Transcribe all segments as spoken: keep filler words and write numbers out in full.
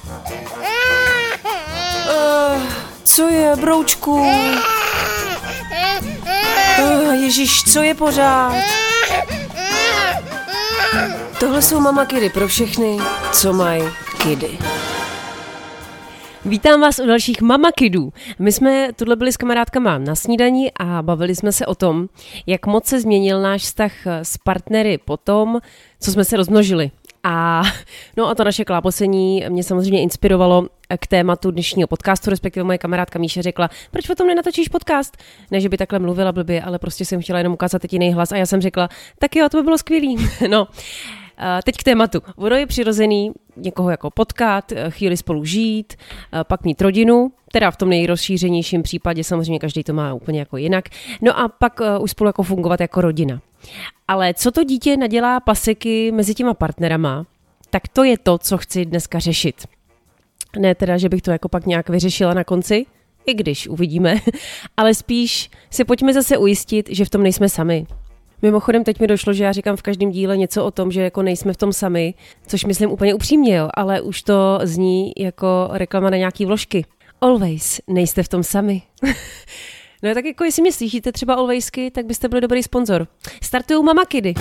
Uh, co je, broučku? Uh, Ježiš, co je pořád? Tohle jsou Mama Kidy pro všechny, co mají kidy. Vítám vás u dalších Mama Kidů. My jsme tuhle byli s kamarádkama na snídani a bavili jsme se o tom, jak moc se změnil náš vztah s partnery po tom, co jsme se rozmnožili. A no a to naše klábosení mě samozřejmě inspirovalo k tématu dnešního podcastu, respektive moje kamarádka Míša řekla, proč o tom nenatočíš podcast? Ne, že by takhle mluvila blbě, ale prostě jsem chtěla jenom ukázat teď jiný hlas a já jsem řekla, tak jo, to by bylo skvělý. No, teď k tématu. Ono je přirozený někoho jako potkat, chvíli spolu žít, pak mít rodinu, teda v tom nejrozšířenějším případě samozřejmě každý to má úplně jako jinak, no a pak už spolu jako fungovat jako rodina. Ale co to dítě nadělá paseky mezi těma partnerama, tak to je to, co chci dneska řešit. Ne teda, že bych to jako pak nějak vyřešila na konci, i když uvidíme, ale spíš se pojďme zase ujistit, že v tom nejsme sami. Mimochodem teď mi došlo, že já říkám v každém díle něco o tom, že jako nejsme v tom sami, což myslím úplně upřímně, jo, ale už to zní jako reklama na nějaký vložky. Always nejste v tom sami. No tak jako jestli mě slyšíte třeba alwaysky, tak byste byli dobrý sponzor. Startujou Mama Kidy.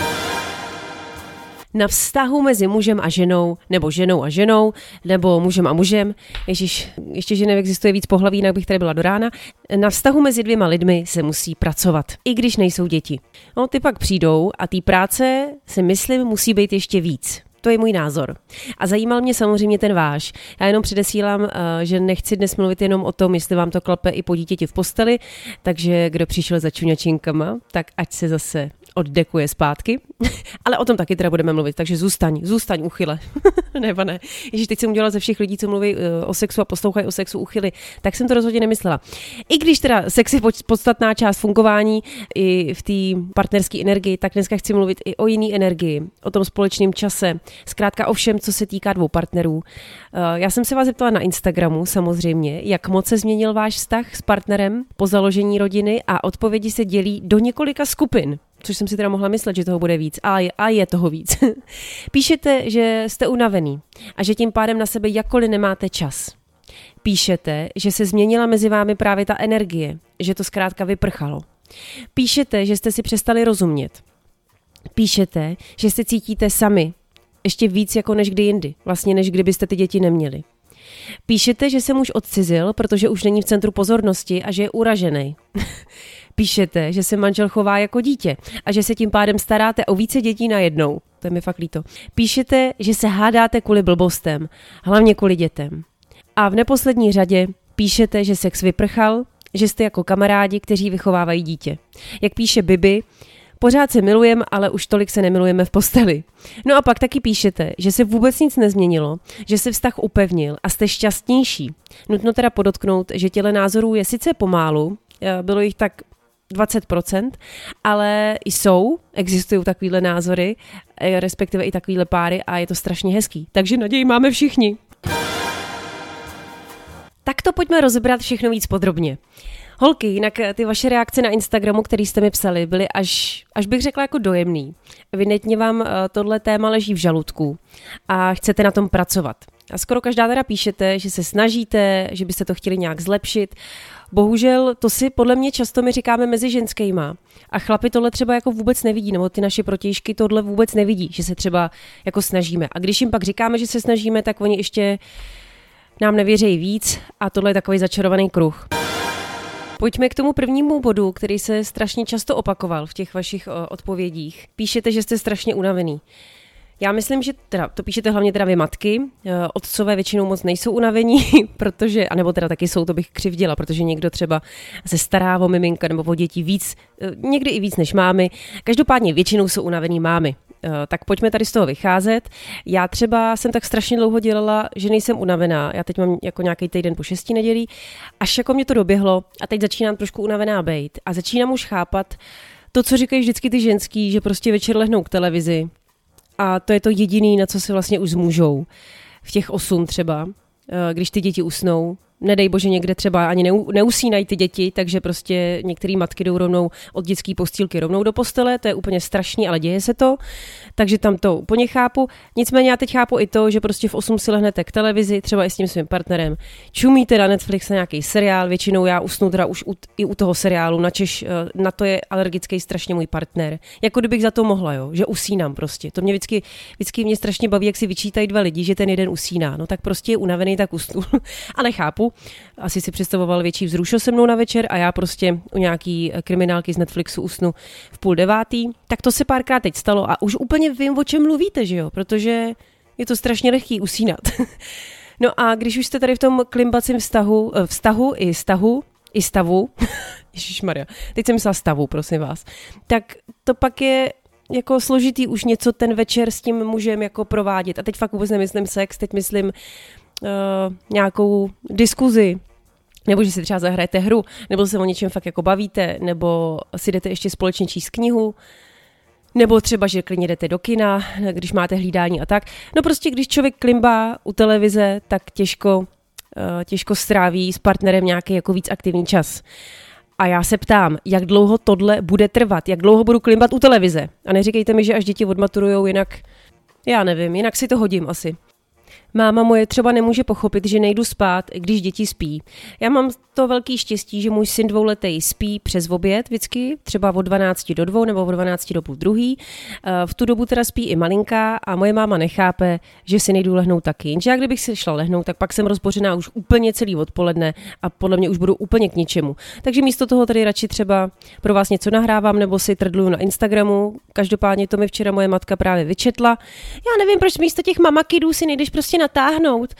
Na vztahu mezi mužem a ženou, nebo ženou a ženou, nebo mužem a mužem, ježiš, ještě, že neexistuje víc pohlaví, jinak bych tady byla do rána, na vztahu mezi dvěma lidmi se musí pracovat, i když nejsou děti. No, ty pak přijdou a té práce, si myslím, musí být ještě víc. To je můj názor. A zajímal mě samozřejmě ten váš. Já jenom předesílám, že nechci dnes mluvit jenom o tom, jestli vám to klape i po dítěti v posteli, takže kdo přišel za čuňačinkama, tak ať se zase oddekuje zpátky. Ale o tom taky teda budeme mluvit, takže zůstaň, zůstaň uchyle. Nebo ne. Ježíš, teď jsem udělala ze všech lidí, co mluví o sexu a poslouchají o sexu uchyly, tak jsem to rozhodně nemyslela. I když teda sex je podstatná část fungování i v té partnerské energii, tak dneska chci mluvit i o jiný energii, o tom společném čase, zkrátka o všem, co se týká dvou partnerů. Já jsem se vás zeptala na Instagramu samozřejmě, jak moc se změnil váš vztah s partnerem po založení rodiny a odpovědi se dělí do několika skupin. Což jsem si teda mohla myslet, že toho bude víc. A je, a je toho víc. Píšete, že jste unavený a že tím pádem na sebe jakkoliv nemáte čas. Píšete, že se změnila mezi vámi právě ta energie, že to zkrátka vyprchalo. Píšete, že jste si přestali rozumět. Píšete, že se cítíte sami, ještě víc jako než kdy jindy, vlastně než kdybyste ty děti neměli. Píšete, že se muž odcizil, protože už není v centru pozornosti a že je uražený. Píšete, že se manžel chová jako dítě a že se tím pádem staráte o více dětí najednou. To je mi fakt líto. Píšete, že se hádáte kvůli blbostem, hlavně kvůli dětem. A v neposlední řadě píšete, že sex vyprchal, že jste jako kamarádi, kteří vychovávají dítě. Jak píše Bibi, pořád se milujeme, ale už tolik se nemilujeme v posteli. No a pak taky píšete, že se vůbec nic nezměnilo, že se vztah upevnil a jste šťastnější. Nutno teda podotknout, že těle názorů je sice pomálu, bylo jich tak dvacet procent, ale jsou, existují takovýhle názory, respektive i takovýhle páry a je to strašně hezký. Takže naději máme všichni. Tak to pojďme rozebrat všechno víc podrobně. Holky, jinak ty vaše reakce na Instagramu, který jste mi psali, byly až, až bych řekla jako dojemný. Evidentně vám tohle téma leží v žaludku a chcete na tom pracovat. A skoro každá teda píšete, že se snažíte, že byste to chtěli nějak zlepšit. Bohužel to si podle mě často my říkáme mezi ženskýma a chlapi tohle třeba jako vůbec nevidí, nebo ty naše protějšky tohle vůbec nevidí, že se třeba jako snažíme. A když jim pak říkáme, že se snažíme, tak oni ještě nám nevěří víc a tohle je takový začarovaný kruh. Pojďme k tomu prvnímu bodu, který se strašně často opakoval v těch vašich odpovědích. Píšete, že jste strašně unavený. Já myslím, že teda, to píšete hlavně teda vy matky, otcové většinou moc nejsou unavení, protože, anebo teda taky jsou, to bych křivdila, protože někdo třeba se stará o miminka nebo o děti víc, někdy i víc než mámy. Každopádně většinou jsou unavený mámy. Tak pojďme tady z toho vycházet. Já třeba jsem tak strašně dlouho dělala, že nejsem unavená. Já teď mám jako nějaký týden po šesti nedělí, až jako mě to doběhlo a teď začínám trošku unavená bejt a začínám už chápat to, co říkají vždycky ty ženský, že prostě večer lehnou k televizi a to je to jediný, na co se vlastně už zmůžou. V těch osm třeba, když ty děti usnou, nedej bože někde třeba ani neusínají ty děti, takže prostě některé matky jdou rovnou od dětské postýlky rovnou do postele, to je úplně strašný, ale děje se to, takže tam to úplně chápu. Nicméně já teď chápu i to, že prostě v osm si lehnete k televizi, třeba i s tím svým partnerem, čumíte na Netflix na nějaký seriál, většinou já usnu teda už u, i u toho seriálu, načež na to je alergický strašně můj partner. Jako kdybych za to mohla, jo, že usínám prostě. To mě vždycky, vždycky mě strašně baví, jak si vyčítají dva lidi, že ten jeden usíná. No tak prostě je unavený, tak usnu. Ale chápu. Asi si představoval větší vzrušo se mnou na večer a já prostě u nějaký kriminálky z Netflixu usnu v půl devátý. Tak to se párkrát teď stalo a už úplně vím, o čem mluvíte, že jo? Protože je to strašně lehký usínat. No a když už jste tady v tom klimbacím vztahu, vztahu i stahu, i stavu, ježišmarja, teď jsem myslela stavu, prosím vás, tak to pak je jako složitý už něco ten večer s tím mužem jako provádět. A teď fakt vůbec nemyslím sex, teď myslím uh, nějakou diskuzi, nebo že si třeba zahrajete hru, nebo se o něčem fakt jako bavíte, nebo si jdete ještě společně číst knihu, nebo třeba, že klidně jdete do kina, když máte hlídání a tak. No prostě, když člověk klimbá u televize, tak těžko, uh, těžko stráví s partnerem nějaký jako víc aktivní čas. A já se ptám, jak dlouho tohle bude trvat, jak dlouho budu klimbat u televize. A neříkejte mi, že až děti odmaturujou, jinak, já nevím, jinak si to hodím asi. Máma moje třeba nemůže pochopit, že nejdu spát, když děti spí. Já mám to velký štěstí, že můj syn dvouletý spí přes oběd vždycky, třeba od dvanácti do dvou nebo od dvanácti do půl druhý. V tu dobu teda spí i malinká a moje máma nechápe, že si nejdu lehnout taky. Jenže já kdybych si šla lehnout, tak pak jsem rozbořená už úplně celý odpoledne a podle mě už budu úplně k ničemu. Takže místo toho tady radši třeba pro vás něco nahrávám nebo si trdluju na Instagramu. Každopádně to mi včera moje matka právě vyčetla. Já nevím, proč místo těch mamakidů si nejdeš prostě natáhnout.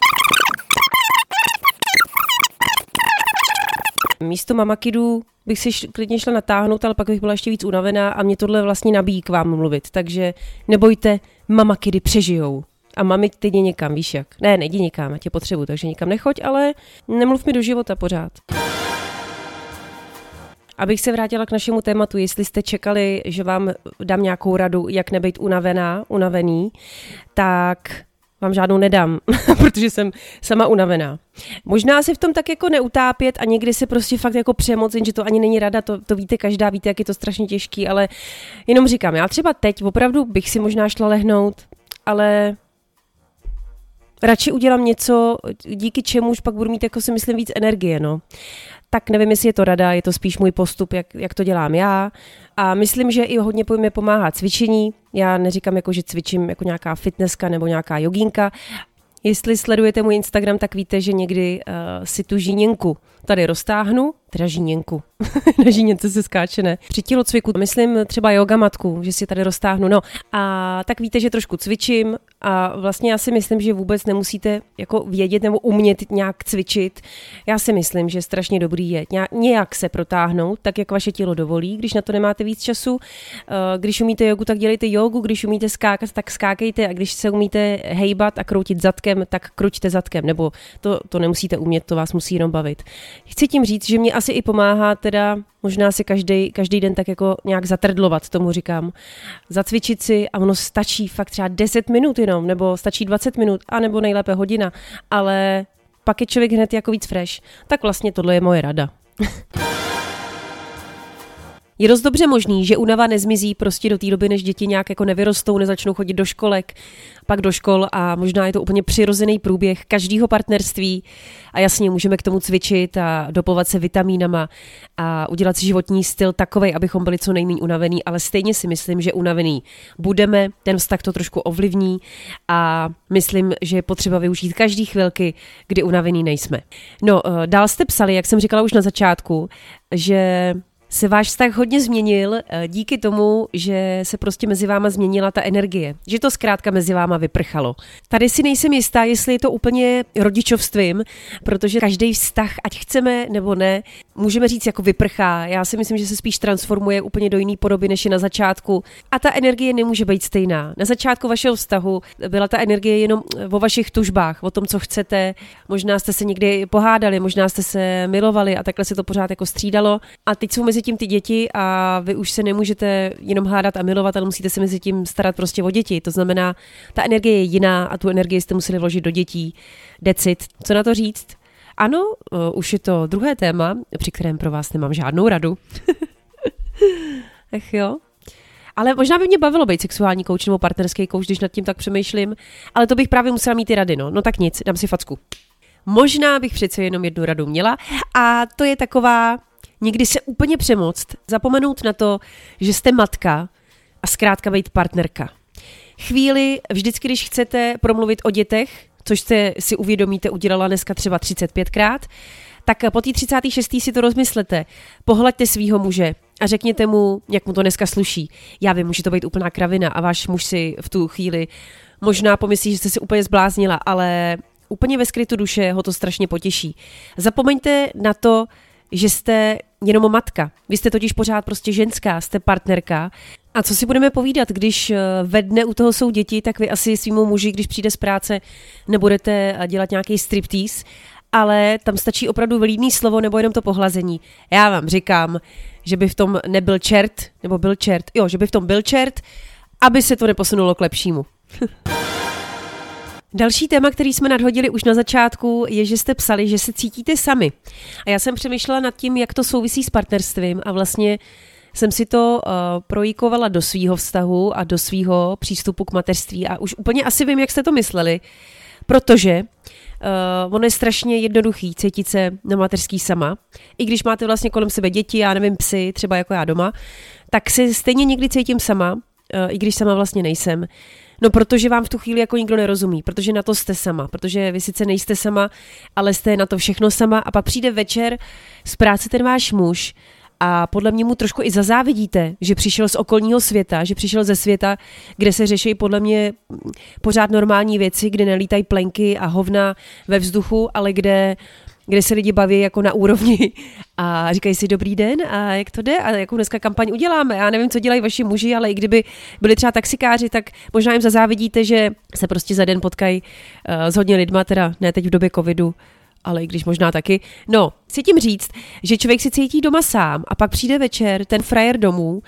Místo mamakidů bych si š- klidně šla natáhnout, ale pak bych byla ještě víc unavená a mě tohle vlastně nabíjí k vám mluvit. Takže nebojte, mamakidy přežijou. A mami, ty jdi někam, víš jak. Ne, nejdi někam, já tě potřebuji, takže nikam nechoď, ale nemluv mi do života pořád. Abych se vrátila k našemu tématu, jestli jste čekali, že vám dám nějakou radu, jak nebejt unavená, unavený, tak vám žádnou nedám, protože jsem sama unavená. Možná se v tom tak jako neutápět a někdy se prostě fakt jako přemoc, že to ani není rada, to, to víte každá, víte, jak je to strašně těžký, ale jenom říkám, já třeba teď opravdu bych si možná šla lehnout, ale radši udělám něco, díky čemu už pak budu mít, jako si myslím, víc energie, no. Tak nevím, jestli je to rada, je to spíš můj postup, jak, jak to dělám já. A myslím, že i hodně mi pomáhá cvičení. Já neříkám, jako, že cvičím jako nějaká fitnesska nebo nějaká jogínka. Jestli sledujete můj Instagram, tak víte, že někdy uh, si tu žíněnku tady roztáhnu, teda žíněnku, na žíněnce se skáče, ne, při tělocviku, myslím třeba yoga matku, že si tady roztáhnu, no a tak víte, že trošku cvičím a vlastně já si myslím, že vůbec nemusíte jako vědět nebo umět nějak cvičit. Já si myslím, že strašně dobrý je nějak se protáhnout, tak jak vaše tělo dovolí, když na to nemáte víc času. Když umíte jogu, tak dělejte jogu, když umíte skákat, tak skákejte a když se umíte hejbat a kroutit zadkem, tak kruťte zadkem, nebo to, to nemusíte umět, to vás musí jenom bavit. Chci tím říct, že mě asi i pomáhá teda možná si každý, každý den tak jako nějak zatrdlovat, tomu říkám. Zacvičit si a ono stačí fakt třeba deset minut jenom, nebo stačí dvacet minut, anebo nejlépe hodina, ale pak je člověk hned jako víc fresh. Tak vlastně tohle je moje rada. Je dost dobře možný, že únava nezmizí prostě do té doby, než děti nějak jako nevyrostou, nezačnou chodit do školek, pak do škol a možná je to úplně přirozený průběh každého partnerství a jasně můžeme k tomu cvičit a dopovat se vitamínama a udělat si životní styl takovej, abychom byli co nejméně unavený, ale stejně si myslím, že unavený budeme, ten vztah to trošku ovlivní a myslím, že je potřeba využít každý chvilky, kdy unavený nejsme. No, dál jste psali, jak jsem říkala už na začátku, že se váš vztah hodně změnil díky tomu, že se prostě mezi váma změnila ta energie, že to zkrátka mezi váma vyprchalo. Tady si nejsem jistá, jestli je to úplně rodičovstvím, protože každý vztah, ať chceme nebo ne, můžeme říct jako vyprchá. Já si myslím, že se spíš transformuje úplně do jiné podoby, než je na začátku. A ta energie nemůže být stejná. Na začátku vašeho vztahu byla ta energie jenom o vašich tužbách, o tom, co chcete. Možná jste se někdy pohádali, možná jste se milovali a takhle se to pořád jako střídalo. A teď jsou mezi tím ty děti a vy už se nemůžete jenom hádat a milovat, ale musíte se mezi tím starat prostě o děti. To znamená, ta energie je jiná a tu energii jste museli vložit do dětí. Decit. Co na to říct? ano, uh, už je to druhé téma, při kterém pro vás nemám žádnou radu. Ach jo. Ale možná by mě bavilo být sexuální kouč nebo partnerský kouč, když nad tím tak přemýšlím, ale to bych právě musela mít ty rady, no. No tak nic, dám si facku. Možná bych přece jenom jednu radu měla a to je taková, někdy se úplně přemoct, zapomenout na to, že jste matka a zkrátka být partnerka. Chvíli, vždycky, když chcete promluvit o dětech, což jste si uvědomíte, udělala dneska třeba třicet pětkrát, tak po té třicáté šesté si to rozmyslete. Pohlaďte svýho muže a řekněte mu, jak mu to dneska sluší. Já vím, může to být úplná kravina a váš muž si v tu chvíli možná pomyslí, že jste se úplně zbláznila, ale úplně ve skrytu duše ho to strašně potěší. Zapomeňte na to, že jste jenom matka. Vy jste totiž pořád prostě ženská, jste partnerka. A co si budeme povídat, když ve dne u toho jsou děti, tak vy asi svýmu muži, když přijde z práce, nebudete dělat nějaký striptease, ale tam stačí opravdu vlídný slovo nebo jenom to pohlazení. Já vám říkám, že by v tom nebyl čert, nebo byl čert, jo, že by v tom byl čert, aby se to neposunulo k lepšímu. Další téma, který jsme nadhodili už na začátku, je, že jste psali, že se cítíte sami. A já jsem přemýšlela nad tím, jak to souvisí s partnerstvím a vlastně jsem si to uh, projíkovala do svýho vztahu a do svýho přístupu k mateřství a už úplně asi vím, jak jste to mysleli, protože uh, ono je strašně jednoduchý cítit se na mateřský sama. I když máte vlastně kolem sebe děti, já nevím, psy, třeba jako já doma, tak se stejně někdy cítím sama, uh, i když sama vlastně nejsem. No protože vám v tu chvíli jako nikdo nerozumí, protože na to jste sama, protože vy sice nejste sama, ale jste na to všechno sama a pak přijde večer z práce ten váš muž a podle mě mu trošku i zazávidíte, že přišel z okolního světa, že přišel ze světa, kde se řeší podle mě pořád normální věci, kde nelítají plenky a hovna ve vzduchu, ale kde, kde se lidi baví jako na úrovni a říkají si dobrý den a jak to jde a jakou dneska kampaň uděláme. Já nevím, co dělají vaši muži, ale i kdyby byli třeba taxikáři, tak možná jim zazávidíte, že se prostě za den potkají uh, s hodně lidma, teda ne teď v době covidu, ale i když možná taky. No, chci tím říct, že člověk si cítí doma sám a pak přijde večer ten frajer domů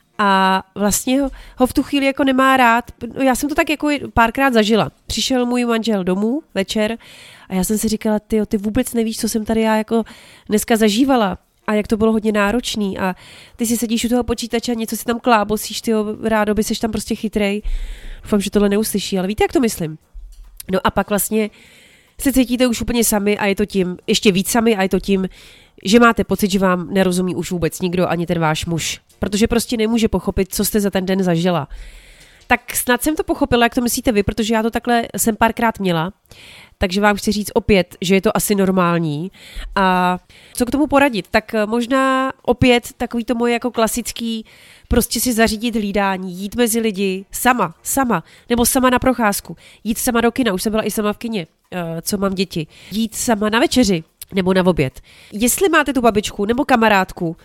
a vlastně ho, ho v tu chvíli jako nemá rád. Já jsem to tak jako párkrát zažila. Přišel můj manžel domů večer a já jsem si říkala, tyjo, ty vůbec nevíš, co jsem tady já jako dneska zažívala a jak to bylo hodně náročný a ty si sedíš u toho počítače a něco si tam klábosíš, tyjo, rádo by seš tam prostě chytrej. Doufám, že tohle neuslyší, ale víte, jak to myslím? No a pak vlastně se cítíte už úplně sami a je to tím, ještě víc sami a je to tím, že máte pocit, že vám nerozumí už vůbec nikdo, ani ten váš muž. Protože prostě nemůže pochopit, co jste za ten den zažila. Tak snad jsem to pochopila, jak to myslíte vy, protože já to takhle jsem párkrát měla. Takže vám chci říct opět, že je to asi normální. A co k tomu poradit? Tak možná opět takový to moje jako klasický prostě si zařídit hlídání, jít mezi lidi sama, sama, nebo sama na procházku, jít sama do kina, už jsem byla i sama v kině, co mám děti, jít sama na večeři nebo na oběd. Jestli máte tu babičku nebo kamarádku,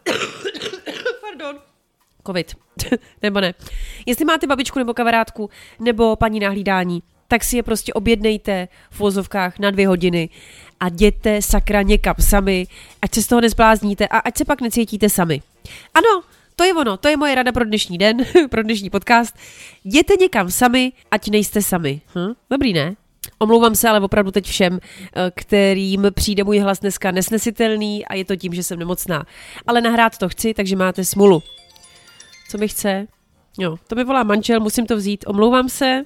pardon, covid, nebo ne, jestli máte babičku nebo kamarádku nebo paní na hlídání, tak si je prostě objednejte v vozovkách na dvě hodiny a jděte sakra někam sami, ať se z toho nezblázníte a ať se pak necítíte sami. Ano, to je ono, to je moje rada pro dnešní den, pro dnešní podcast. Jděte někam sami, ať nejste sami. Hm? Dobrý, ne? Omlouvám se ale opravdu teď všem, kterým přijde můj hlas dneska nesnesitelný a je to tím, že jsem nemocná. Ale nahrát to chci, takže máte smůlu. Co mi chce? Jo, to mi volá manžel, musím to vzít, omlouvám se.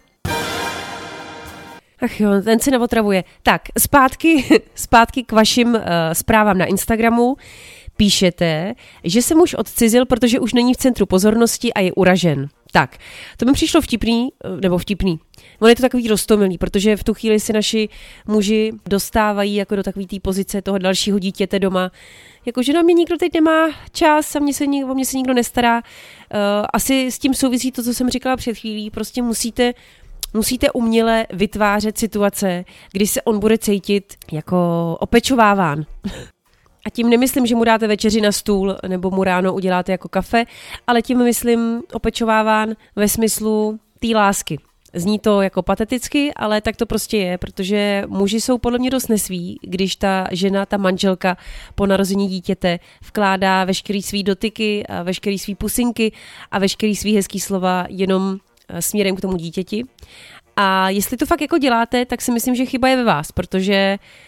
Ach jo, ten se neotravuje. Tak, zpátky, zpátky k vašim uh, zprávám na Instagramu. Píšete, že se muž odcizil, protože už není v centru pozornosti a je uražen. Tak, to mi přišlo vtipný, nebo vtipný. On je to takový roztomilý, protože v tu chvíli si naši muži dostávají jako do takové té pozice toho dalšího dítěte doma. Jakože na mě nikdo teď nemá čas a mě se, o mě se nikdo nestará. Uh, asi s tím souvisí to, co jsem říkala před chvílí. Prostě musíte Musíte uměle vytvářet situace, kdy se on bude cítit jako opečováván. A tím nemyslím, že mu dáte večeři na stůl nebo mu ráno uděláte jako kafe, ale tím myslím opečováván ve smyslu té lásky. Zní to jako pateticky, ale tak to prostě je, protože muži jsou podle mě dost nesví, když ta žena, ta manželka po narození dítěte vkládá veškerý svý dotyky a veškerý svý pusinky a veškerý svý hezký slova jenom směrem k tomu dítěti. A jestli to fakt jako děláte, tak si myslím, že chyba je ve vás, protože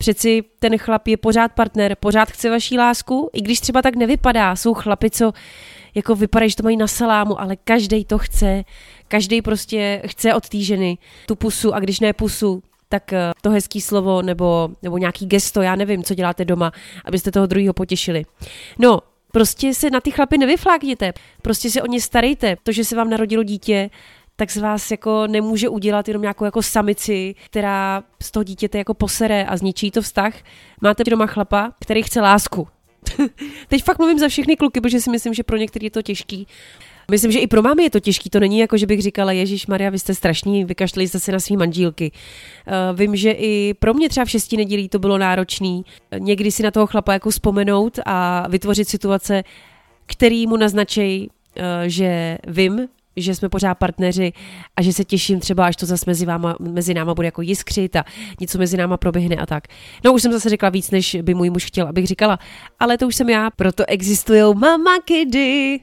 Přeci ten chlap je pořád partner, pořád chce vaší lásku, i když třeba tak nevypadá. Jsou chlapi, co jako vypadají, že to mají na salámu, ale každej to chce. Každej prostě chce od té ženy tu pusu a když ne pusu, tak to hezký slovo nebo, nebo nějaký gesto, já nevím, co děláte doma, abyste toho druhého potěšili. No, prostě se na ty chlapy nevyflákněte, prostě se o ně starejte. To, že se vám narodilo dítě, tak z vás jako nemůže udělat jenom nějakou jako samici, která z toho dítěte jako posere a zničí to vztah. Máte doma chlapa, který chce lásku. Teď fakt mluvím za všechny kluky, protože si myslím, že pro některý je to těžký. Myslím, že i pro mámy je to těžký, to není jako, že bych říkala, Ježišmarja, vy jste strašní, vykašleli jste se na svý manžílky. Uh, vím, že i pro mě třeba v šesti nedělí to bylo náročný, někdy si na toho chlapa jako vzpomenout a vytvořit situace, který mu naznačí, uh, že vím, že jsme pořád partneři a že se těším třeba, až to zase mezi, váma, mezi náma bude jako jiskřit a něco mezi náma proběhne a tak. No už jsem zase řekla víc, než by můj muž chtěl, abych říkala, ale to už jsem já, proto existujou Mama Kidy.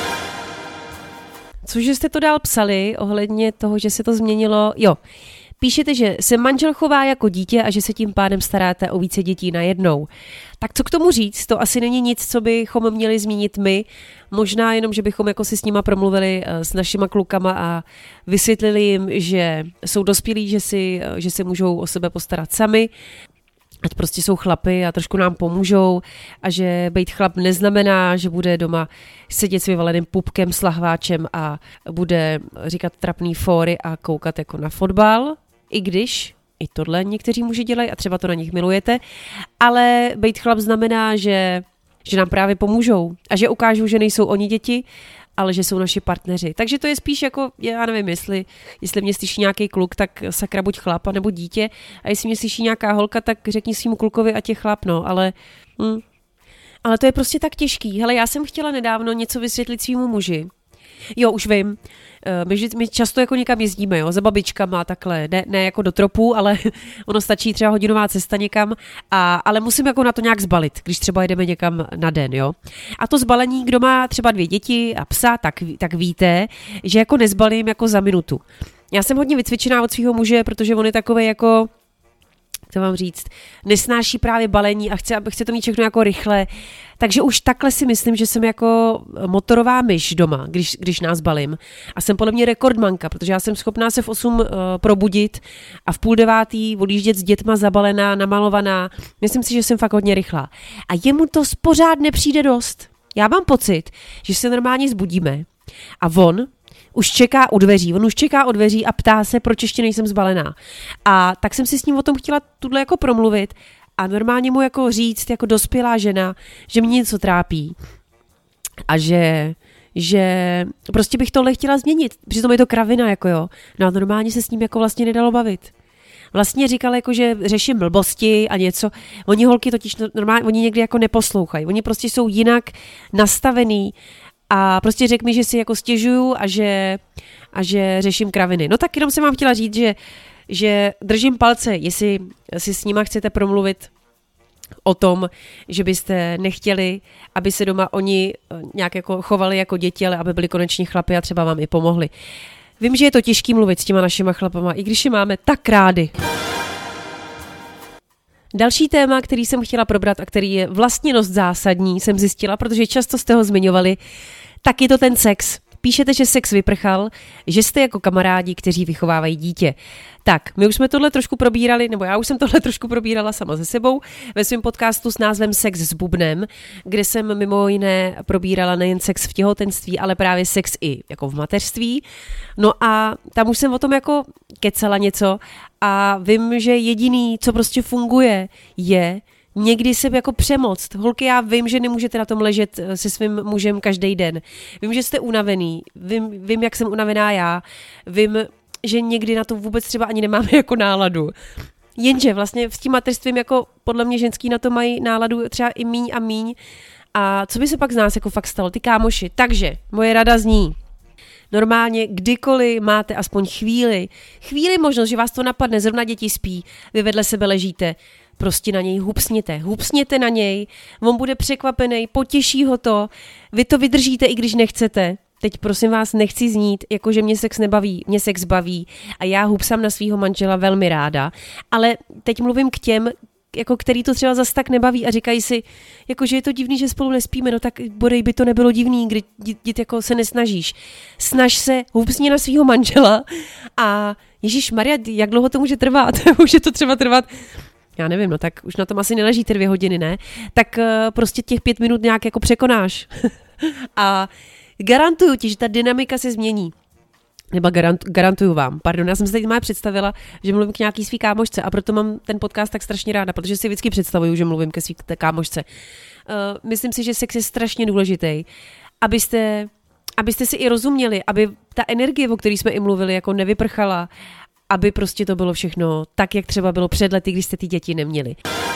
Cože jste to dál psali ohledně toho, že se to změnilo? Jo, píšete, že se manžel chová jako dítě a že se tím pádem staráte o více dětí najednou. Tak co k tomu říct? To asi není nic, co bychom měli zmínit my. Možná jenom, že bychom jako si s nima promluvili s našima klukama a vysvětlili jim, že jsou dospělí, že si, že se můžou o sebe postarat sami. Ať prostě jsou chlapy a trošku nám pomůžou a že být chlap neznamená, že bude doma sedět s vyvaleným pupkem s lahváčem a bude říkat trapný fóry a koukat jako na fotbal, i když i tohle někteří muži dělají a třeba to na nich milujete, ale být chlap znamená, že, že nám právě pomůžou a že ukážou, že nejsou oni děti, ale že jsou naši partneři. Takže to je spíš jako, já nevím, jestli, jestli mě slyší nějaký kluk, tak sakra buď chlapa nebo dítě a jestli mě slyší nějaká holka, tak řekni svým klukovi a tě chlap, no, ale... Hm. Ale to je prostě tak těžký. Hele, já jsem chtěla nedávno něco vysvětlit svýmu muži. Jo, už vím. My, my často jako někam jezdíme, jo, za babičkama takhle, ne, ne jako do tropů, ale ono stačí třeba hodinová cesta někam, a, ale musím jako na to nějak zbalit, když třeba jedeme někam na den, jo. A to zbalení, kdo má třeba dvě děti a psa, tak, tak víte, že jako nezbalím jako za minutu. Já jsem hodně vycvičená od svého muže, protože on je takovej jako... co vám říct, nesnáší právě balení a chce, chce to mít všechno jako rychle. Takže už takhle si myslím, že jsem jako motorová myš doma, když, když nás balím. A jsem podle mě rekordmanka, protože já jsem schopná se v osm uh, probudit a v půl devátý odjíždět s dětma zabalená, namalovaná. Myslím si, že jsem fakt hodně rychlá. A jemu to pořád nepřijde dost. Já mám pocit, že se normálně zbudíme a on už čeká u dveří, on už čeká u dveří a ptá se, proč ještě nejsem zbalená. A tak jsem si s ním o tom chtěla tuhle jako promluvit a normálně mu jako říct, jako dospělá žena, že mě něco trápí a že, že prostě bych tohle chtěla změnit. Přitom je to kravina, jako jo. No a normálně se s ním jako vlastně nedalo bavit. Vlastně říkal, jako, že řeším blbosti a něco. Oni holky totiž normálně, oni někdy jako neposlouchají. Oni prostě jsou jinak nastavený. A prostě řekl mi, že si jako stěžuju a že, a že řeším kraviny. No tak jenom jsem vám chtěla říct, že, že držím palce, jestli si s nima chcete promluvit o tom, že byste nechtěli, aby se doma oni nějak jako chovali jako děti, ale aby byli konečně chlapi a třeba vám i pomohli. Vím, že je to těžký mluvit s těma našima chlapama, i když je máme tak rádi. Další téma, který jsem chtěla probrat a který je vlastně dost zásadní, jsem zjistila, protože často jste ho zmiňovali, tak je to ten sex. Píšete, že sex vyprchal, že jste jako kamarádi, kteří vychovávají dítě. Tak, my už jsme tohle trošku probírali, nebo já už jsem tohle trošku probírala sama se sebou ve svém podcastu s názvem Sex s bubnem, kde jsem mimo jiné probírala nejen sex v těhotenství, ale právě sex i jako v mateřství. No a tam už jsem o tom jako kecala něco a vím, že jediný, co prostě funguje, je někdy se jako přemoct. Holky, já vím, že nemůžete na tom ležet se svým mužem každý den. Vím, že jste unavený. Vím, vím, jak jsem unavená já. Vím, že někdy na to vůbec třeba ani nemáme jako náladu. Jenže vlastně s tím mateřstvím jako podle mě ženský na to mají náladu třeba i míň a míň. A co by se pak z nás jako fakt stalo? Ty kámoši. Takže moje rada zní: normálně kdykoliv máte aspoň chvíli, chvíli možnost, že vás to napadne, zrovna děti spí, vy vedle sebe ležíte, prostě na něj hupsněte, hupsněte na něj, on bude překvapený, potěší ho to, vy to vydržíte, i když nechcete. Teď prosím vás, nechci znít, jako že mě sex nebaví, mě sex baví a já hupsám na svýho manžela velmi ráda, ale teď mluvím k těm, jako který to třeba zas tak nebaví a říkají si, jako, že je to divný, že spolu nespíme, no tak bodej by to nebylo divný, kdy dít jako se nesnažíš. Snaž se hubsně na svýho manžela a Ježíšmarja, jak dlouho to může trvat? Může to třeba trvat, já nevím, no tak už na tom asi neležíte dvě hodiny, ne? Tak uh, prostě těch pět minut nějak jako překonáš. A garantuju ti, že ta dynamika se změní. Nebo garant, garantuju vám, pardon, já jsem si teď má představila, že mluvím k nějaký svý kámošce a proto mám ten podcast tak strašně ráda, protože si vždycky představuju, že mluvím ke svý kámošce. Uh, myslím si, že sex je strašně důležitý, abyste, abyste si i rozuměli, aby ta energie, o které jsme i mluvili, jako nevyprchala, aby prostě to bylo všechno tak, jak třeba bylo před lety, když jste ty děti neměli.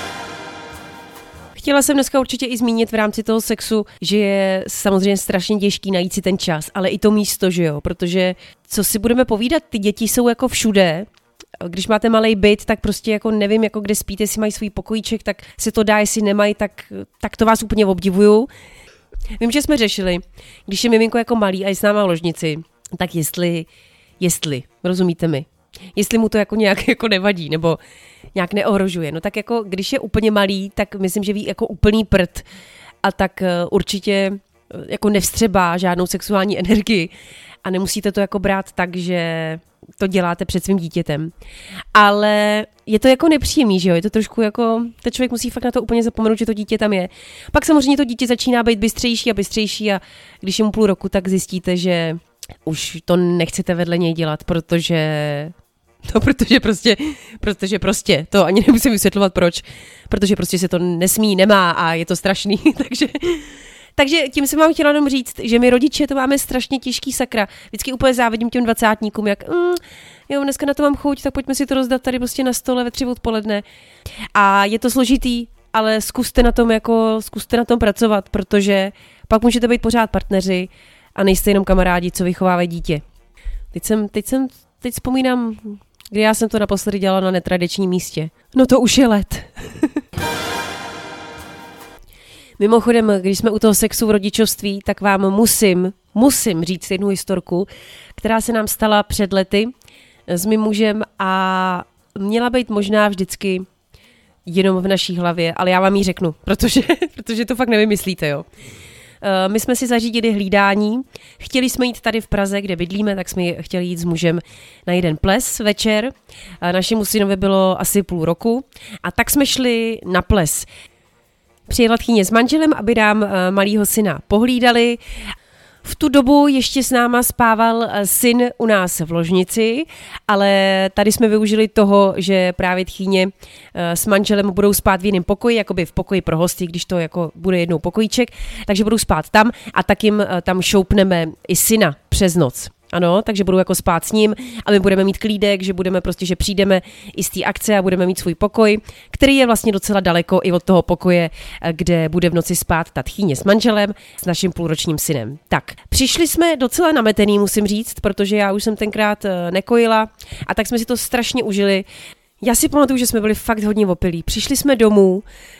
Chtěla jsem dneska určitě i zmínit v rámci toho sexu, že je samozřejmě strašně těžký najít si ten čas, ale i to místo, že jo, protože co si budeme povídat, ty děti jsou jako všude. Když máte malej byt, tak prostě jako nevím, jako kde spíte, jestli mají svůj pokojíček, tak si to dá, jestli nemají, tak, tak to vás úplně obdivuju. Vím, že jsme řešili, když je miminko jako malý a je s náma v ložnici, tak jestli, jestli, rozumíte mi, jestli mu to jako nějak jako nevadí, nebo nějak neohrožuje. No tak jako, když je úplně malý, tak myslím, že ví jako úplný prd a tak určitě jako nevstřebá žádnou sexuální energii a nemusíte to jako brát tak, že to děláte před svým dítětem. Ale je to jako nepříjemný, že jo? Je to trošku jako, ten člověk musí fakt na to úplně zapomenout, že to dítě tam je. Pak samozřejmě to dítě začíná být bystřejší a bystřejší a když je mu půl roku, tak zjistíte, že už to nechcete vedle něj dělat, protože No, protože prostě, protože prostě, to ani nemusím vysvětlovat proč, protože prostě se to nesmí, nemá a je to strašný, takže, takže tím jsem vám chtěla jenom říct, že my rodiče to máme strašně těžký sakra, vždycky úplně závidím těm dvacátníkům, jak mm, jo, dneska na to mám chuť, tak pojďme si to rozdat tady prostě na stole ve tři odpoledne a je to složitý, ale zkuste na tom jako, zkuste na tom pracovat, protože pak můžete být pořád partneři a nejste jenom kamarádi, co vychovávají dítě. Teď jsem, teď jsem, teď vzpomínám, kdy já jsem to naposledy dělala na netradičním místě. No to už je let. Mimochodem, když jsme u toho sexu v rodičovství, tak vám musím, musím říct jednu historku, která se nám stala před lety s mým mužem a měla být možná vždycky jenom v naší hlavě, ale já vám ji řeknu, protože, protože to fakt nevymyslíte, jo. My jsme si zařídili hlídání, chtěli jsme jít tady v Praze, kde bydlíme, tak jsme chtěli jít s mužem na jeden ples večer. Našemu synovi bylo asi půl roku a tak jsme šli na ples. Přijela tchýně s manželem, aby nám malýho syna pohlídali. V tu dobu ještě s náma spával syn u nás v ložnici, ale tady jsme využili toho, že právě tchýně s manželem budou spát v jiném pokoji, jakoby v pokoji pro hosty, když to jako bude jednou pokojíček, takže budou spát tam a tak jim tam šoupneme i syna přes noc. Ano, takže budu jako spát s ním a my budeme mít klídek, že budeme prostě, že přijdeme i z té akce a budeme mít svůj pokoj, který je vlastně docela daleko i od toho pokoje, kde bude v noci spát ta tchýně s manželem, s naším půlročním synem. Tak, přišli jsme docela nametený, musím říct, protože já už jsem tenkrát nekojila a tak jsme si to strašně užili. Já si pamatuju, že jsme byli fakt hodně opilí. Přišli jsme domů,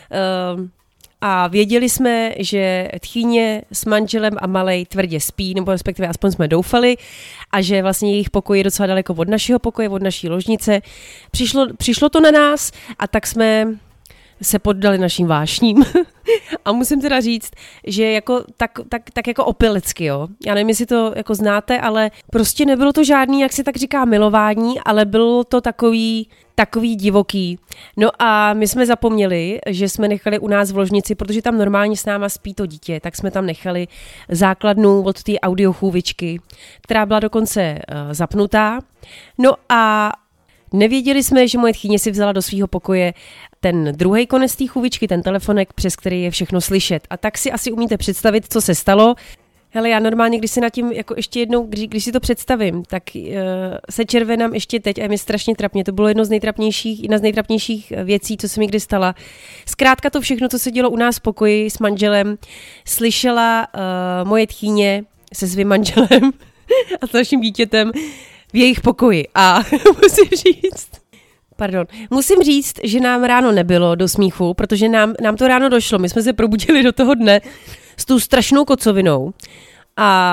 uh, a věděli jsme, že tchýně s manželem a malej tvrdě spí, nebo respektive aspoň jsme doufali, a že vlastně jejich pokoj je docela daleko od našeho pokoje, od naší ložnice. Přišlo, přišlo to na nás a tak jsme se poddali našim vášním. A musím teda říct, že jako, tak, tak, tak jako opilecky, jo. Já nevím, jestli to jako znáte, ale prostě nebylo to žádný, jak se tak říká, milování, ale bylo to takový, takový divoký. No a my jsme zapomněli, že jsme nechali u nás v ložnici, protože tam normálně s náma spí to dítě, tak jsme tam nechali základnu od té audiochůvičky, která byla dokonce uh, zapnutá. No a nevěděli jsme, že moje tchýně si vzala do svého pokoje ten druhý konec té chůvičky, ten telefonek, přes který je všechno slyšet. A tak si asi umíte představit, co se stalo. Hele, já normálně, když si nad tím jako ještě jednou, když, když si to představím, tak uh, se červenám ještě teď a je mi strašně trapně. To bylo jedno z nejtrapnějších, jedna z nejtrapnějších věcí, co se mi kdy stala. Zkrátka to všechno, co se dělo u nás v pokoji s manželem, slyšela uh, moje tchýně se svým manželem a s naším dítětem v jejich pokoji. A musím říct, pardon, musím říct, že nám ráno nebylo do smíchu, protože nám, nám to ráno došlo. My jsme se probudili do toho dne s tou strašnou kocovinou a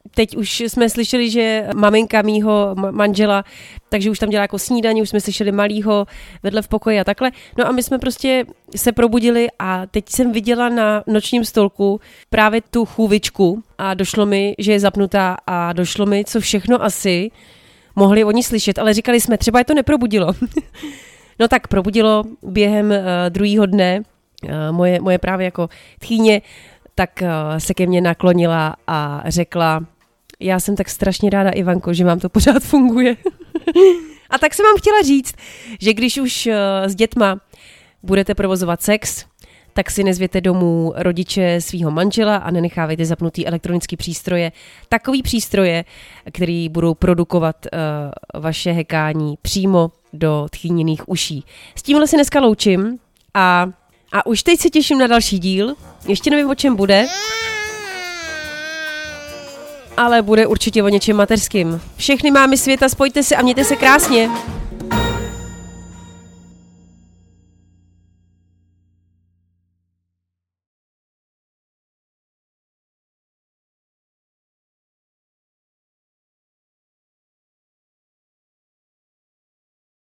teď už jsme slyšeli, že maminka mýho manžela, takže už tam dělá jako snídaní, už jsme slyšeli malýho vedle v pokoji a takhle. No a my jsme prostě se probudili a teď jsem viděla na nočním stolku právě tu chůvičku a došlo mi, že je zapnutá a došlo mi, co všechno asi mohli oni slyšet, ale říkali jsme, třeba je to neprobudilo. No tak probudilo během uh, druhého dne uh, moje, moje právě jako tchýně, tak uh, se ke mně naklonila a řekla, já jsem tak strašně ráda, Ivanko, že vám to pořád funguje. A tak jsem vám chtěla říct, že když už uh, s dětma budete provozovat sex, tak si nezvěte domů rodiče svého manžela a nenechávejte zapnutý elektronický přístroje. Takový přístroje, který budou produkovat uh, vaše hekání přímo do tchýněných uší. S tímhle si dneska loučím a, a už teď se těším na další díl. Ještě nevím, o čem bude, ale bude určitě o něčem mateřským. Všechny mámy světa, spojte se a mějte se krásně.